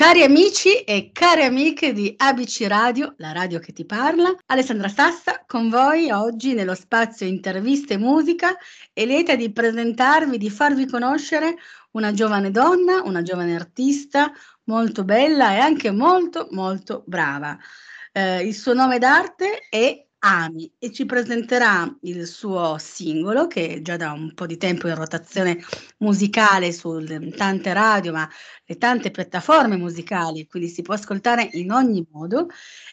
Cari amici e care amiche di ABC Radio, la radio che ti parla, Alessandra Sassa con voi oggi nello spazio Interviste e Musica e lieta di presentarvi, di farvi conoscere una giovane donna, una giovane artista molto bella e anche molto molto brava. Il suo nome d'arte è Ami e ci presenterà il suo singolo che è già da un po' di tempo in rotazione musicale su tante radio, ma le tante piattaforme musicali, quindi si può ascoltare in ogni modo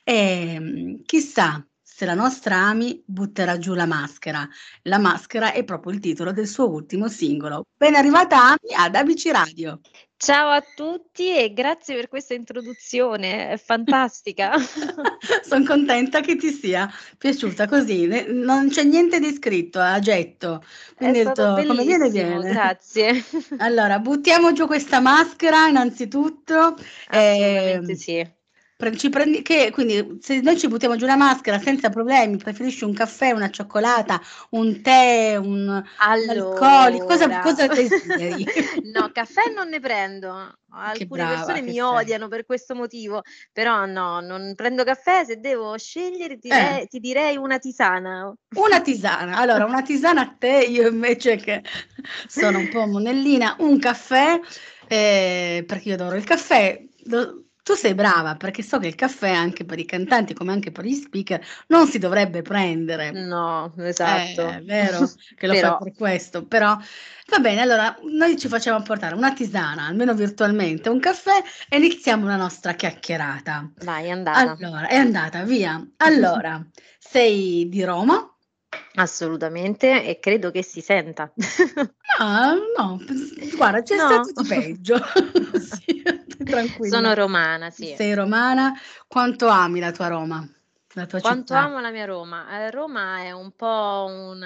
e chissà se la nostra Ami butterà giù la maschera. La maschera è proprio il titolo del suo ultimo singolo. Ben arrivata Ami ad ABC Radio. Ciao a tutti e grazie per questa introduzione, è fantastica. Son contenta che ti sia piaciuta così, non c'è niente di scritto a getto, È quindi ho stato detto: "Come viene, bellissimo, viene". grazie. Allora, buttiamo giù questa maschera innanzitutto, Assolutamente ehm, sì. ci prendi che quindi se noi ci buttiamo giù la maschera senza problemi, preferisci un caffè, una cioccolata, un tè, un alcolico, Allora, cosa desideri? no, caffè non ne prendo. Che Alcune brava persone che mi sei. odiano per questo motivo, però no, non prendo caffè. Se devo scegliere Eh. ti direi una tisana. Una tisana. Allora, una tisana a te, io invece che sono un po' monellina, un caffè, perché io adoro il caffè. Tu sei brava, perché so che il caffè anche per i cantanti, come anche per gli speaker, non si dovrebbe prendere. No, esatto. È vero che lo fai Però per questo, però va bene, allora noi ci facciamo portare una tisana, almeno virtualmente, un caffè e iniziamo la nostra chiacchierata. vai, è andata. Allora, è andata via. Allora, sei di Roma? Assolutamente, e credo che si senta. Ah, no, guarda c'è stato No? di peggio. Sì, stai tranquilla. Sono romana, sì. Sei romana, quanto ami la tua Roma, la tua Quanto città? amo la mia Roma. Roma è un po'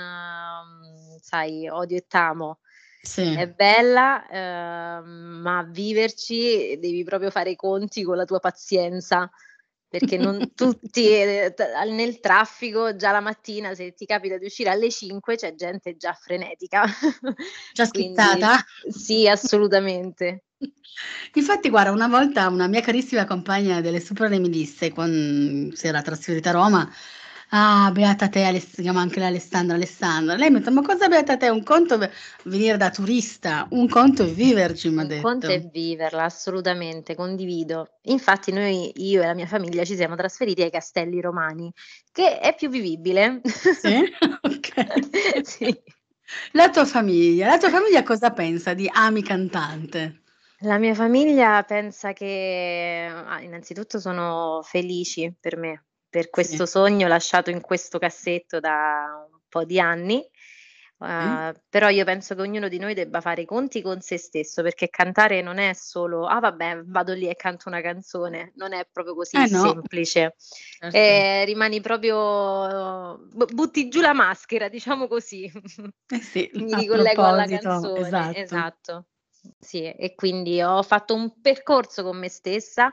sai, odio e t'amo. Sì. È bella, ma a viverci devi proprio fare i conti con la tua pazienza, perché non tutti, t al nel traffico già la mattina, se ti capita di uscire alle 5 c'è gente già frenetica. Già Quindi schizzata? sì, assolutamente. Infatti guarda, una volta una mia carissima compagna delle superiori mi disse si era trasferita a Roma: "Ah, beata te si chiama anche lei Alessandra, Alessandra". Lei m'ha detto: "Ma cosa beata te? Un conto venire da turista, un conto è viverci", m'ha Un conto è detto. viverla, assolutamente, condivido. Infatti io e la mia famiglia ci siamo trasferiti ai Castelli Romani, che è più vivibile. Sì? Okay. Sì. La tua famiglia cosa pensa di Ami cantante? La mia famiglia pensa che innanzitutto sono felici per me, per Sì, questo sogno lasciato in questo cassetto da un po' di anni, sì. però io penso che ognuno di noi debba fare i conti con se stesso, perché cantare non è solo: "Ah vabbè, vado lì e canto una canzone", non è proprio così Eh no, semplice. certo. Rimani proprio butti giù la maschera, diciamo così. Eh sì, Mi a ricollego alla proposito, canzone, esatto. esatto. Sì, e quindi ho fatto un percorso con me stessa,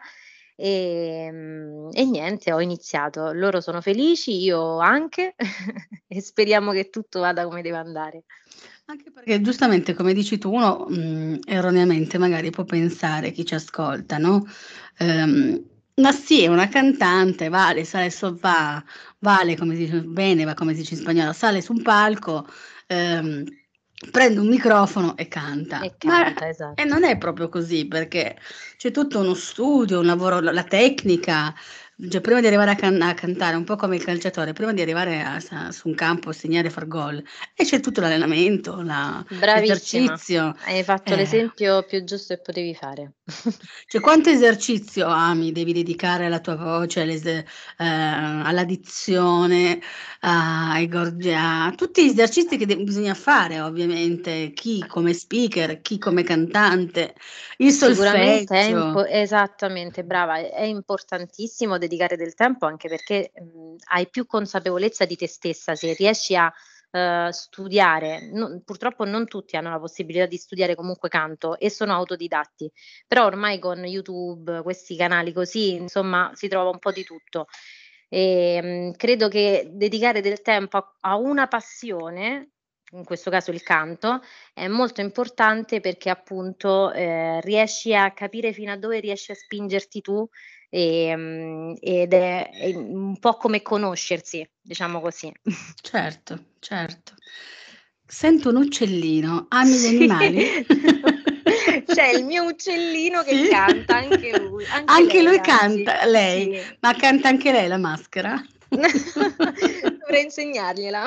e niente, ho iniziato. Loro sono felici, io anche, e speriamo che tutto vada come deve andare. Anche perché giustamente come dici tu uno, erroneamente magari può pensare chi ci ascolta, no, "Ma sì, è una cantante, vale come si dice bene, va come si dice in spagnolo, sale su un palco, ehm, prende un microfono e canta." E Ma canta, esatto. non è proprio così, perché c'è tutto uno studio, un lavoro la tecnica, cioè prima di arrivare a cantare, un po' come il calciatore, prima di arrivare a su un campo, segnare e far gol, e c'è tutto l'allenamento, Bravissima, l'esercizio, hai fatto eh, l'esempio più giusto che potevi fare. cioè quanto esercizio ami devi dedicare alla tua voce, alla dizione, ai gorgi a tutti gli esercizi che bisogna fare ovviamente, chi come speaker, chi come cantante, il Sicuramente è solfeggio. esattamente, brava, è importantissimo dedicare del tempo anche perché, hai più consapevolezza di te stessa se riesci a, studiare. Purtroppo non tutti hanno la possibilità di studiare comunque canto e sono autodidatti, però ormai con YouTube, questi canali così, insomma, si trova un po' di tutto. Credo che dedicare del tempo a una passione in questo caso il canto, è molto importante perché appunto, riesci a capire fino a dove riesci a spingerti tu, ed è un po' come conoscersi, diciamo così. Certo, certo. Sento un uccellino. Ami gli Sì, animali? c'è il mio uccellino che Sì? canta, anche lui, anche Anche lei lui anzi, canta, lei? sì. Ma canta anche lei la maschera? Dovrei insegnargliela.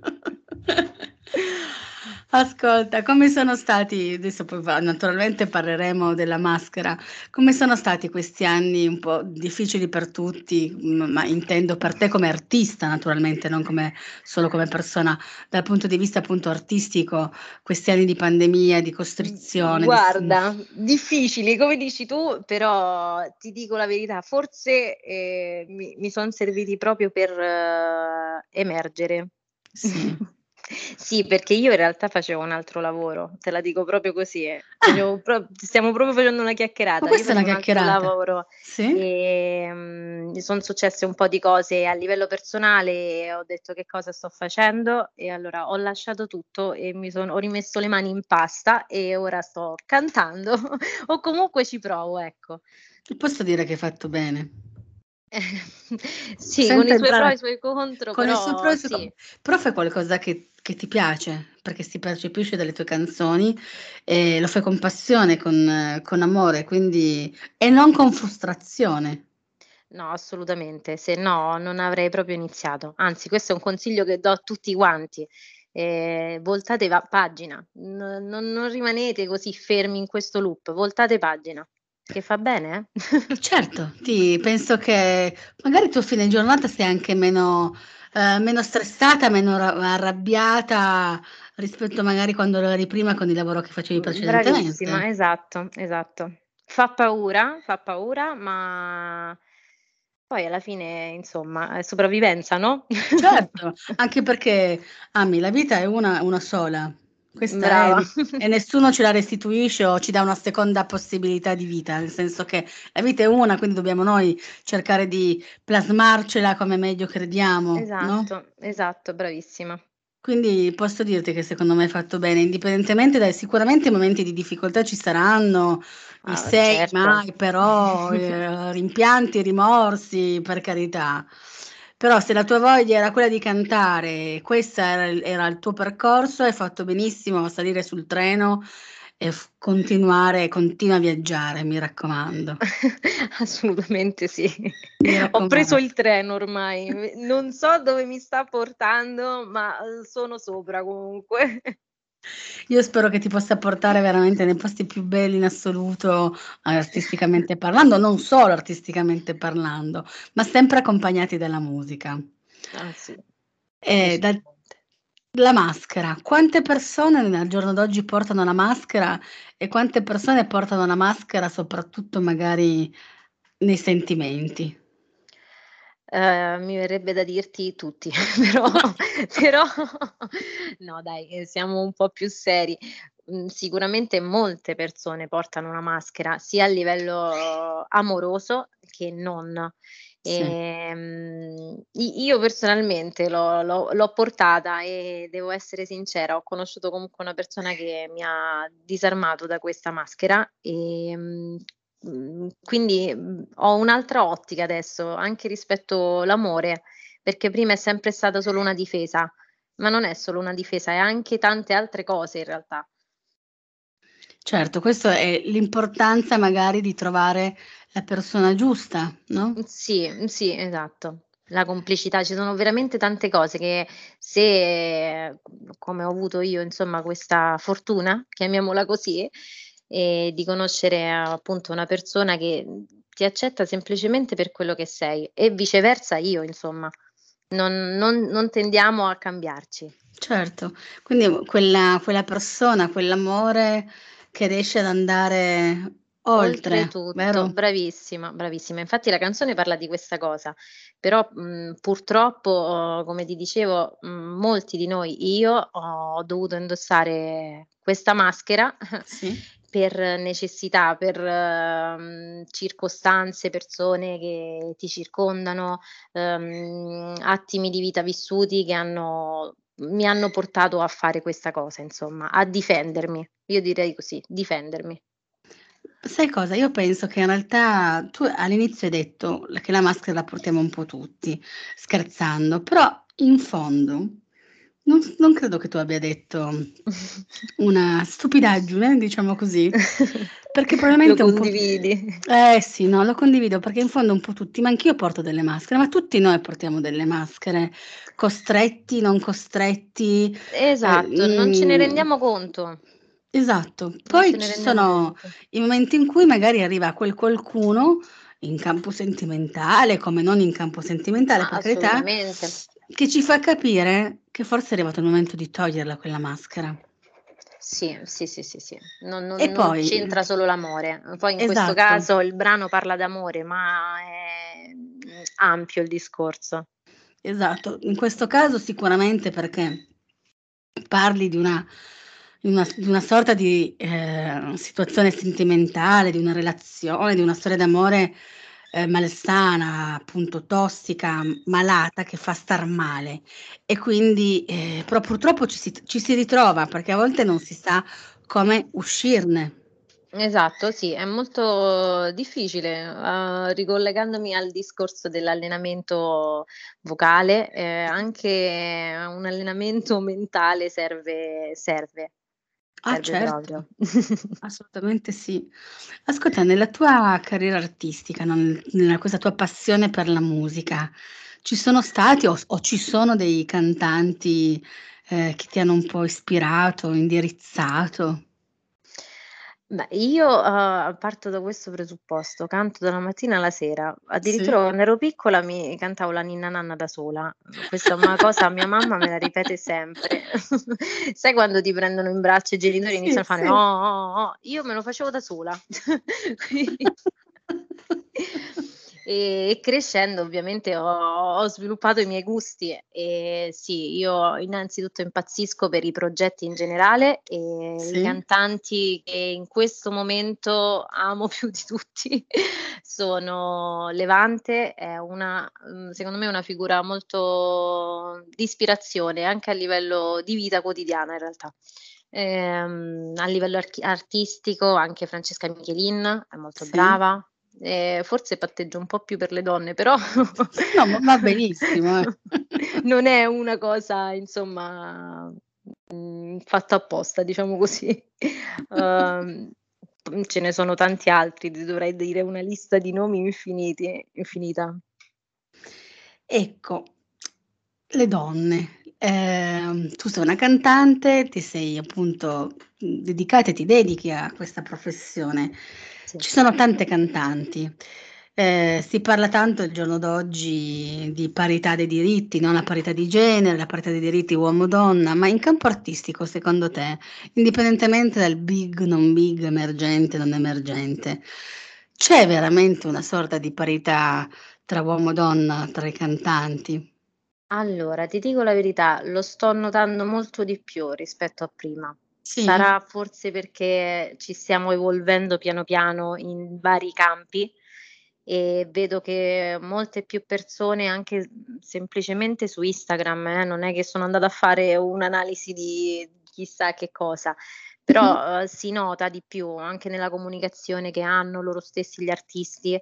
Ascolta, come sono stati adesso poi naturalmente parleremo della maschera, come sono stati questi anni un po' difficili per tutti, ma intendo per te come artista naturalmente, non come solo come persona, dal punto di vista appunto artistico, questi anni di pandemia, di costrizione, di s Guarda, difficili come dici tu, però ti dico la verità, forse, mi son serviti proprio per emergere. sì. Sì, perché io in realtà facevo un altro lavoro, te la dico proprio così, Ah, stiamo proprio facendo una ma chiacchierata. Io questa è una facevo un altro chiacchierata. lavoro, Sì? mi son successe un po' di cose a livello personale e ho detto: "Che cosa sto facendo?" E allora ho lasciato tutto e ho rimesso le mani in pasta e ora sto cantando o comunque ci provo, ecco. Ti posso dire che hai fatto bene. Sì, con Senza i suoi pro e entrare i suoi contro, con i suoi pro però e i suoi sì. con però fai qualcosa che ti piace, perché si percepisce dalle tue canzoni, lo fai con passione, con amore, quindi e non con frustrazione. No, assolutamente, se no non avrei proprio iniziato. Anzi, questo è un consiglio che do a tutti quanti. Voltate pagina, non rimanete così fermi in questo loop, voltate pagina, che fa bene, eh. Certo, ti penso che magari tu a fine giornata sei anche meno stressata, meno arrabbiata rispetto magari quando lo eri prima con il lavoro che facevi Bravissima, precedentemente. esatto, esatto. Fa paura, ma poi alla fine insomma è sopravvivenza, no? Certo, anche perché, Ami, la vita è una sola. Questa è Brava. e nessuno ce la restituisce o ci dà una seconda possibilità di vita, nel senso che la vita è una, quindi dobbiamo noi cercare di plasmarcela come meglio crediamo, no? Esatto, esatto, bravissima. Quindi posso dirti che secondo me hai fatto bene, indipendentemente dai sicuramente i momenti di difficoltà ci saranno, i Ah, se, i ma, certo. i però, rimpianti, rimorsi, per carità. Però se la tua voglia era quella di cantare, questa era il tuo percorso, hai fatto benissimo a salire sul treno e continua a viaggiare, mi raccomando. Assolutamente sì. Mi Ho preso raccomando. il treno ormai, non so dove mi sta portando, ma, sono sopra comunque. Io spero che ti possa portare veramente nei posti più belli in assoluto, artisticamente parlando, non solo artisticamente parlando, ma sempre accompagnati dalla musica. Ah sì, Dal decisamente. la maschera, quante persone al giorno d'oggi portano la maschera e quante persone portano la maschera soprattutto magari nei sentimenti? Mi verrebbe da dirti tutti, però però no dai, siamo un po' più seri. Sicuramente molte persone portano una maschera, sia a livello amoroso che non. Sì, Io personalmente l'ho portata e devo essere sincera, ho conosciuto comunque una persona che mi ha disarmato da questa maschera, quindi, ho un'altra ottica adesso, anche rispetto l'amore, perché prima è sempre stata solo una difesa, ma non è solo una difesa, è anche tante altre cose in realtà. certo, questo è l'importanza magari di trovare la persona giusta, no? Sì, sì, esatto. La complicità, ci sono veramente tante cose che se, come ho avuto io insomma questa fortuna, chiamiamola così, di conoscere appunto una persona che, ti accetta semplicemente per quello che sei e viceversa io insomma. Non tendiamo a cambiarci. Certo, quindi quella persona, quell'amore che riesce ad andare oltre, Oltretutto, vero? bravissima, bravissima. Infatti la canzone parla di questa cosa, però, purtroppo, come ti dicevo, molti di noi io ho dovuto indossare questa maschera Sì, per necessità, per, circostanze, persone che ti circondano, attimi di vita vissuti che hanno mi hanno portato a fare questa cosa, insomma, a difendermi. Io direi così, difendermi. Sai cosa? Io penso che in realtà tu all'inizio hai detto che la maschera la portiamo un po' tutti, scherzando, però in fondo non credo che tu abbia detto una stupidaggine, diciamo così, perché Lo probabilmente un po' condividi? sì, no, lo condivido perché in fondo un po' tutti, ma anch'io porto delle maschere, ma tutti noi portiamo delle maschere, costretti, non costretti, Esatto, non ce ne rendiamo conto, esatto. non ce Poi ne ci rendiamo sono conto. i momenti in cui magari arriva quel qualcuno, in campo sentimentale, come non in campo sentimentale, Ma per carità, assolutamente. che ci fa capire che forse è arrivato il momento di toglierla quella maschera. Sì, sì, sì, sì, sì. Non E non non poi c'entra solo l'amore. Poi in questo esatto, caso il brano parla d'amore, ma è, ampio il discorso. esatto. In questo caso sicuramente perché parli di una sorta di, situazione sentimentale, di una relazione, di una storia d'amore, malsana, appunto tossica, malata, che fa star male. E quindi, però purtroppo ci si ritrova, perché a volte non si sa come uscirne. Esatto, sì, è molto difficile. Ricollegandomi al discorso dell'allenamento vocale, anche un allenamento mentale Ah serve certo. proprio. Assolutamente sì. Ascolta, nella tua carriera artistica, no, nella questa tua passione per la musica, ci sono stati o ci sono dei cantanti, che ti hanno un po' ispirato, indirizzato? Beh, io, parto da questo presupposto, canto dalla mattina alla sera. Addirittura Sì? quando ero piccola mi cantavo la ninna nanna da sola. Questa è una cosa mia mamma me la ripete sempre. Sai quando ti prendono in braccio i genitori e Sì, iniziano a fare: "Oh, sì. oh, oh", io me lo facevo da sola. Qui e crescendo ovviamente ho sviluppato i miei gusti e sì, io innanzitutto impazzisco per i progetti in generale e i Sì? cantanti che in questo momento amo più di tutti sono Levante, è una secondo me una figura molto di ispirazione anche a livello di vita quotidiana in realtà. A livello artistico anche Francesca Michelin è molto Sì? brava. Forse patteggio un po' più per le donne, però No, ma va benissimo, non è una cosa insomma, fatta apposta, diciamo così. Uhm, Ce ne sono tanti altri, ti dovrei dire una lista di nomi infinita. Ecco, le donne. Tu sei una cantante, ti sei appunto, dedicata e ti dedichi a questa professione. Sì. Ci sono tante cantanti. Si parla tanto al giorno d'oggi di parità dei diritti, no, la parità di genere, la parità dei diritti uomo-donna, ma in campo artistico secondo te, indipendentemente dal big, non big, emergente, non emergente, c'è veramente una sorta di parità tra uomo e donna, tra i cantanti? Allora, ti dico la verità, lo sto notando molto di più rispetto a prima. Sì? Sarà forse perché ci stiamo evolvendo piano piano in vari campi e vedo che molte più persone anche, semplicemente su Instagram, non è che sono andata a fare un'analisi di chissà che cosa, Mh-mh. però, si nota di più anche nella comunicazione che hanno loro stessi gli artisti,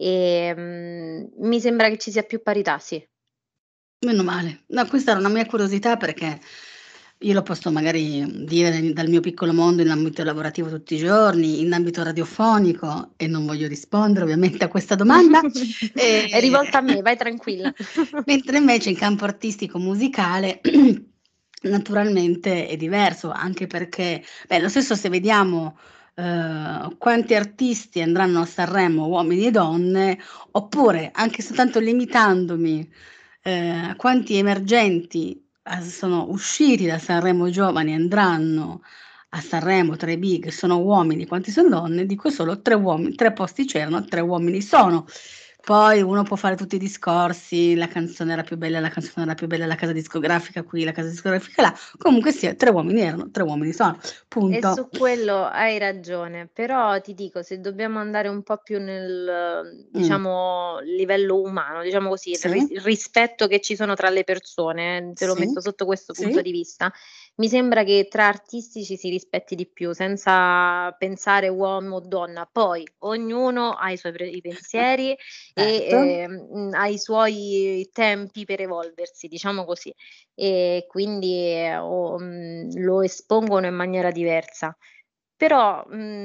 mi sembra che ci sia più parità, sì. Meno male. No, questa era una mia curiosità perché io lo posso magari dire dal mio piccolo mondo in ambito lavorativo tutti i giorni, in ambito radiofonico e non voglio rispondere ovviamente a questa domanda, È ehm, rivolta a me, vai tranquilla. mentre invece in campo artistico musicale naturalmente è diverso, anche perché lo stesso se vediamo, quanti artisti andranno a Sanremo, uomini e donne, oppure anche soltanto limitandomi, quanti emergenti sono usciti da Sanremo Giovani, andranno a Sanremo tra i big, sono uomini, quanti son donne, dico solo 3 posti c'erano, 3 uomini sono. Poi uno può fare tutti i discorsi, la canzone era più bella, la canzone era più bella, la casa discografica qui, la casa discografica là. Comunque sia, 3 uomini erano, 3 uomini sono, E punto. su quello hai ragione, però ti dico, se dobbiamo andare un po' più nel, Mh. diciamo, livello umano, diciamo così, Sì, il rispetto che ci sono tra le persone, te lo sì, metto sotto questo punto sì. di vista, mi sembra che tra artisti ci si rispetti di più, senza pensare uomo o donna. Poi ognuno ha i suoi i pensieri e Certo. ha i suoi tempi per evolversi, diciamo così. E quindi, lo espongono in maniera diversa. Però,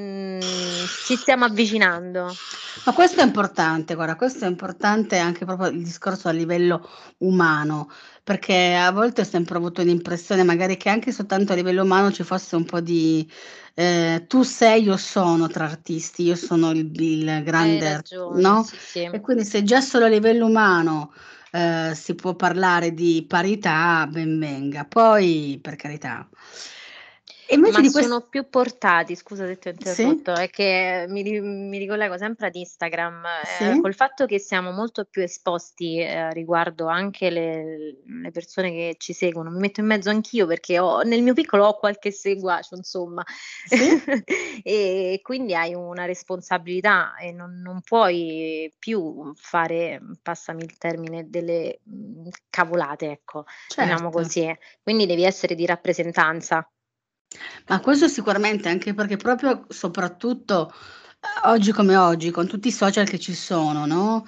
ci stiamo avvicinando. Ma questo è importante, guarda, questo è importante anche proprio il discorso a livello umano, perché a volte ho sempre avuto l'impressione magari che anche soltanto a livello umano ci fosse un po' di, tu sei, io sono tra artisti, io sono il Hai grande ragione, no, sì, sì. e quindi se già solo a livello umano, si può parlare di parità, ben venga. Poi, per carità. E invece Ma di ques sono più portati, scusa se ti ho sì? interrotto, è che mi ricollego sempre ad Instagram, Sì? col fatto che siamo molto più esposti, riguardo anche le persone che ci seguono. Mi metto in mezzo anch'io perché nel mio piccolo ho qualche seguace insomma, Sì? e quindi hai una responsabilità e non puoi più fare, passami il termine, delle, cavolate, ecco, diciamo Certo. così. Quindi devi essere di rappresentanza. Ma questo sicuramente, anche perché proprio soprattutto, oggi come oggi, con tutti i social che ci sono, no,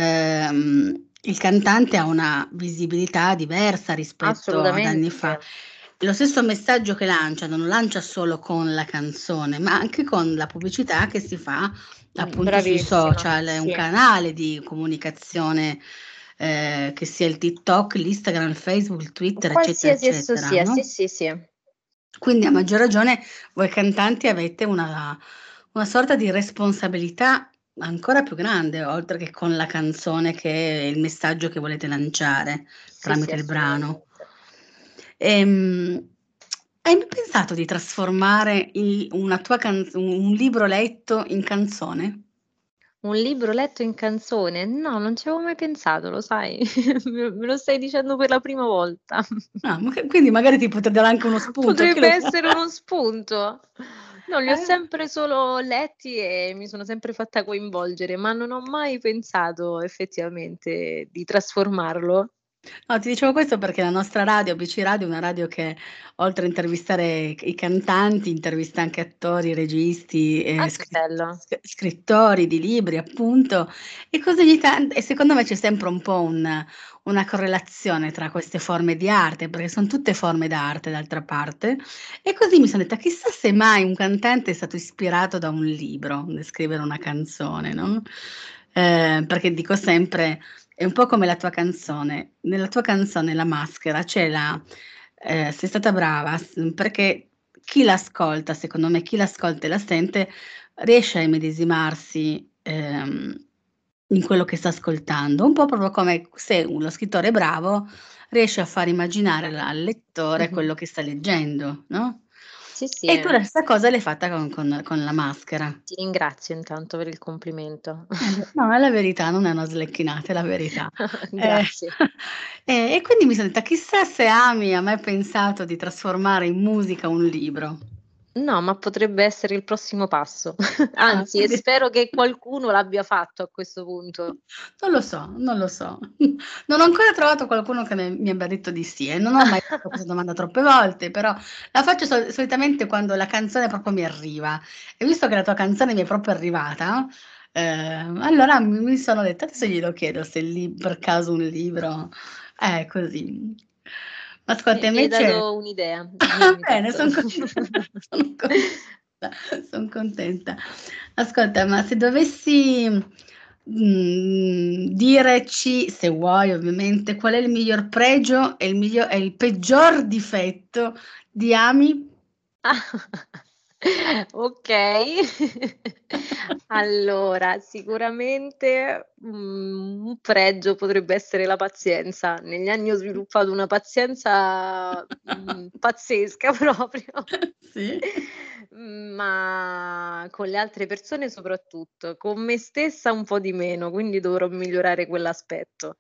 il cantante ha una visibilità diversa rispetto ad anni fa. Assolutamente. Lo stesso messaggio che lancia, non lo lancia solo con la canzone, ma anche con la pubblicità che si fa appunto sui Bravissima, social. È un sì. canale di comunicazione, che sia il TikTok, l'Instagram, il Facebook, il Twitter, eccetera, Qualsiasi esso eccetera, sia, sì, no? sì, sì. Quindi a maggior ragione voi cantanti avete una sorta di responsabilità ancora più grande, oltre che con la canzone che è il messaggio che volete lanciare Sì, sì, tramite il brano. assolutamente. Ehm, hai mai pensato di trasformare una tua un libro letto in canzone? Un libro letto in canzone? No, non ci avevo mai pensato, lo sai? Me lo stai dicendo per la prima volta. Ah, quindi magari ti potrei dare anche uno spunto, chi Potrebbe lo sa? essere uno spunto. No, li ho Eh. sempre solo letti e mi sono sempre fatta coinvolgere, ma non ho mai pensato effettivamente di trasformarlo. No, ti dicevo questo perché la nostra radio, ABC Radio, è una radio che oltre a intervistare i cantanti, intervista anche attori, registi, Ah, che bello. scrittori di libri appunto, e così ogni e secondo me c'è sempre un po' una correlazione tra queste forme di arte, perché son tutte forme d'arte d'altra parte, e così mi son detta: "Chissà se mai un cantante è stato ispirato da un libro nel scrivere una canzone", no, perché dico sempre è un po' come la tua canzone. Nella tua canzone La maschera c'è sei stata brava perché chi l'ascolta, secondo me, chi l'ascolta e la sente, riesce a immedesimarsi, in quello che sta ascoltando. Un po' proprio come se lo scrittore è bravo, riesce a far immaginare al lettore Mh-mh. quello che sta leggendo, no, Sì, sì, e tu la stessa cosa l'hai fatta con La maschera. ti ringrazio intanto per il complimento. No, è la verità, non è una slecchinata, è la verità. Ehm, Grazie. e quindi mi son detta: "Chissà se Ami ha mai pensato di trasformare in musica un libro." No, ma potrebbe essere il prossimo passo. Ah, Anzi, e quindi spero che qualcuno l'abbia fatto a questo punto. non lo so, non lo so. Non ho ancora trovato qualcuno che mi abbia detto di sì e non ho mai fatto questa domanda troppe volte, però la faccio solitamente quando la canzone proprio mi arriva. E visto che la tua canzone mi è proprio arrivata, allora mi sono detta: "Adesso glielo chiedo se per caso un libro" così. Ascolta Mi hai invece dato un'idea, dimmi bene, tutto. son contenta, son contenta. Ascolta, ma se dovessi, direci, se vuoi ovviamente, qual è il miglior pregio e il peggior difetto di Ami? Okay. Allora, sicuramente, un pregio potrebbe essere la pazienza. Negli anni ho sviluppato una pazienza, pazzesca proprio. Sì? Ma con le altre persone soprattutto, con me stessa un po' di meno, quindi dovrò migliorare quell'aspetto.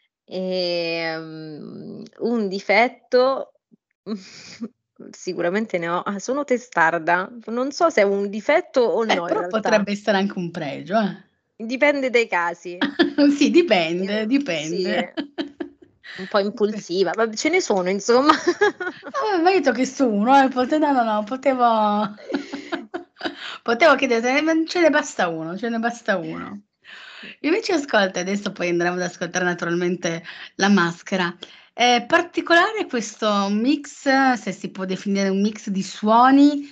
Un difetto sicuramente ne ho. Sono testarda. Non so se è un difetto o no in Però realtà. potrebbe essere anche un pregio, eh. Dipende dai casi. Sì, dipende, Sì, dipende. un po' impulsiva, ma ce ne sono insomma. Ma io ho detto che su uno, no, potevo chiedertene, ma ce ne basta uno, ce ne basta uno. Invece ascolta, adesso poi andremo ad ascoltare naturalmente La Maschera. È particolare questo mix, se si può definire un mix di suoni,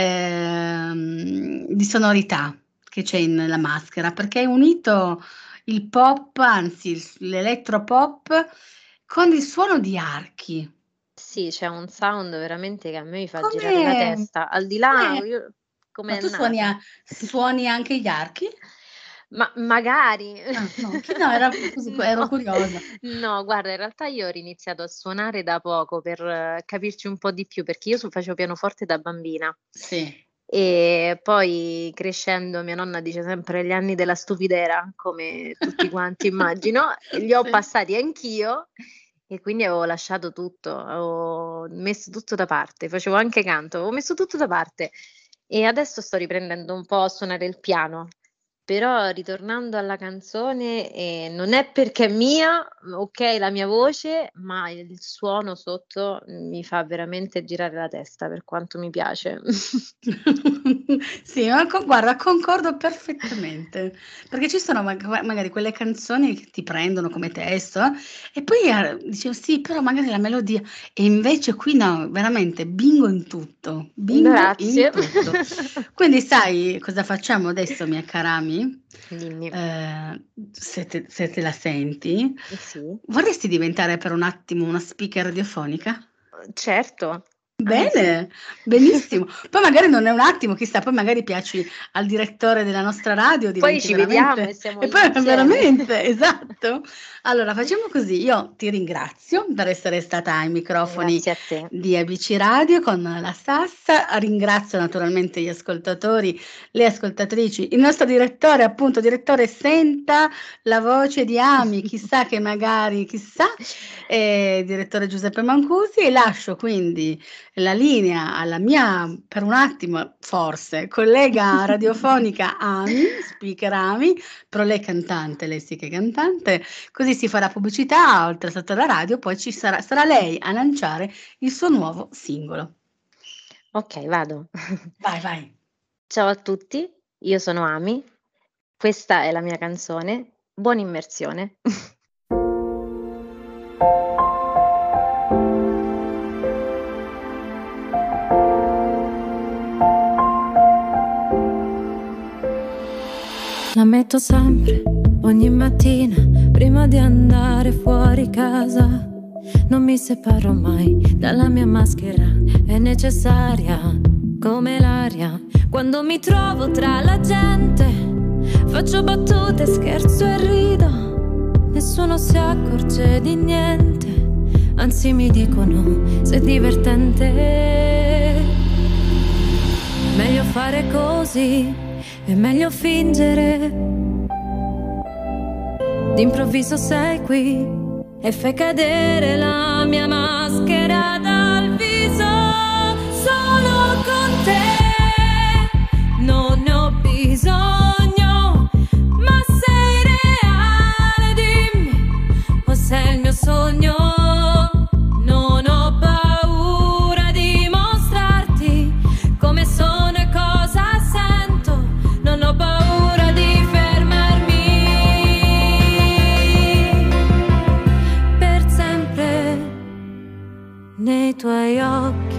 di sonorità che c'è in La Maschera, perché hai unito il pop, anzi l'elettropop con il suono di archi. Sì, c'è un sound veramente che a me mi fa girare la Come testa. Al di là come io ma come è tu nata. suoni anche gli archi? Ma magari. Ah, no, che no, era così, ero No, curiosa. no, guarda in realtà io ho riniziato a suonare da poco per capirci un po' di più, perché io facevo pianoforte da bambina Sì, e poi crescendo mia nonna dice sempre: "Gli anni della stupidera", come tutti quanti immagino, e li ho sì. passati anch'io e quindi avevo lasciato tutto, avevo messo tutto da parte, facevo anche canto, avevo messo tutto da parte e adesso sto riprendendo un po' a suonare il piano. Però ritornando alla canzone, non è perché è mia, okay la mia voce, ma il suono sotto mi fa veramente girare la testa per quanto mi piace. Sì, ma guarda, concordo perfettamente, perché ci sono magari quelle canzoni che ti prendono come testo, e poi, dicevo: "Sì, però magari la melodia", e invece qui no, veramente bingo in Grazie. tutto. Quindi sai cosa facciamo adesso, mia cara Ami? Dimmi. Se te la senti, Sì, vorresti diventare per un attimo una speaker radiofonica? certo, anzi. Bene, benissimo. Poi magari non è un attimo, chissà, poi magari piaci al direttore della nostra radio, Poi diventi ci vediamo e veramente siamo e lì poi insieme. veramente, esatto. Allora facciamo così, io ti ringrazio per essere stata ai microfoni Grazie a te. di ABC Radio con la Sassa, ringrazio naturalmente gli ascoltatori, le ascoltatrici, il nostro direttore, appunto, direttore senta la voce di Ami, chissà che magari chissà, direttore Giuseppe Mancusi, e lascio quindi la linea alla mia, per un attimo forse, collega radiofonica Ami, speaker Ami, però lei è cantante, lei sì che è cantante, così si farà pubblicità, oltre sotto la radio, poi sarà lei a lanciare il suo nuovo singolo. Okay, vado. Vai, vai. Ciao a tutti, io sono Ami, questa è la mia canzone. Buona immersione. La metto sempre, ogni mattina, prima di andare fuori casa. Non mi separo mai dalla mia maschera, è necessaria come l'aria. Quando mi trovo tra la gente, faccio battute, scherzo e rido. Nessuno si accorge di niente, anzi mi dicono sei divertente. Meglio fare così, è meglio fingere. D'improvviso sei qui e fai cadere la mia maschera dal viso. Sono con te, non ne ho bisogno, ma sei reale, dimmi, o sei il mio sogno. Non ho paura di mostrarti come sono e cosa sento, non ho paura di fermarmi. Per sempre nei tuoi occhi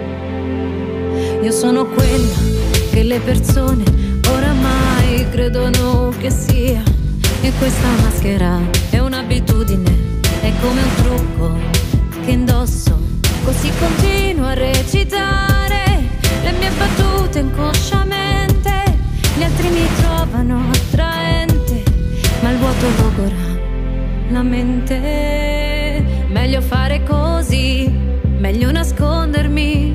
io sono quella che le persone oramai credono che sia, e questa maschera è un'abitudine, è come un trucco che indosso, così continuo a recitare le mie battute voluto inconsciamente, gli altri mi trovano attraente, ma il vuoto logora la mente. Meglio fare così, meglio nascondermi,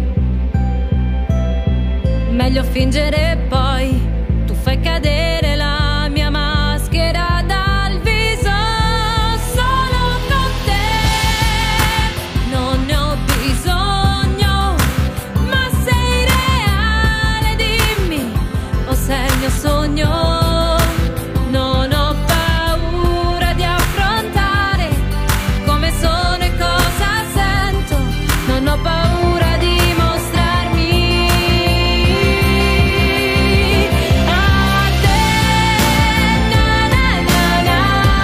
meglio fingere poi tu fai cadere la mia maschera dal viso. Solo con te non ne ho bisogno, ma sei reale, dimmi, o sei il mio sogno. Non ho paura di affrontare come sono e cosa sento, non ho paura di mostrarmi a te. Na na na na,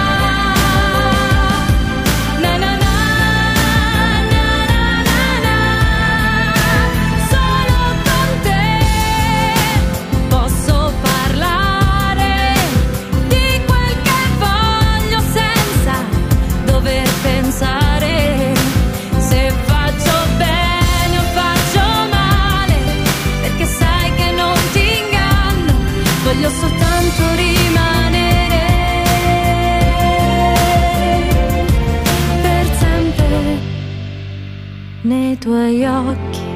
na na na, na na na. Solo con te posso parlare di quel che voglio senza dover pensare se faccio bene o faccio male, perché sai che non ti inganno, voglio soltanto rimanere per sempre nei tuoi occhi.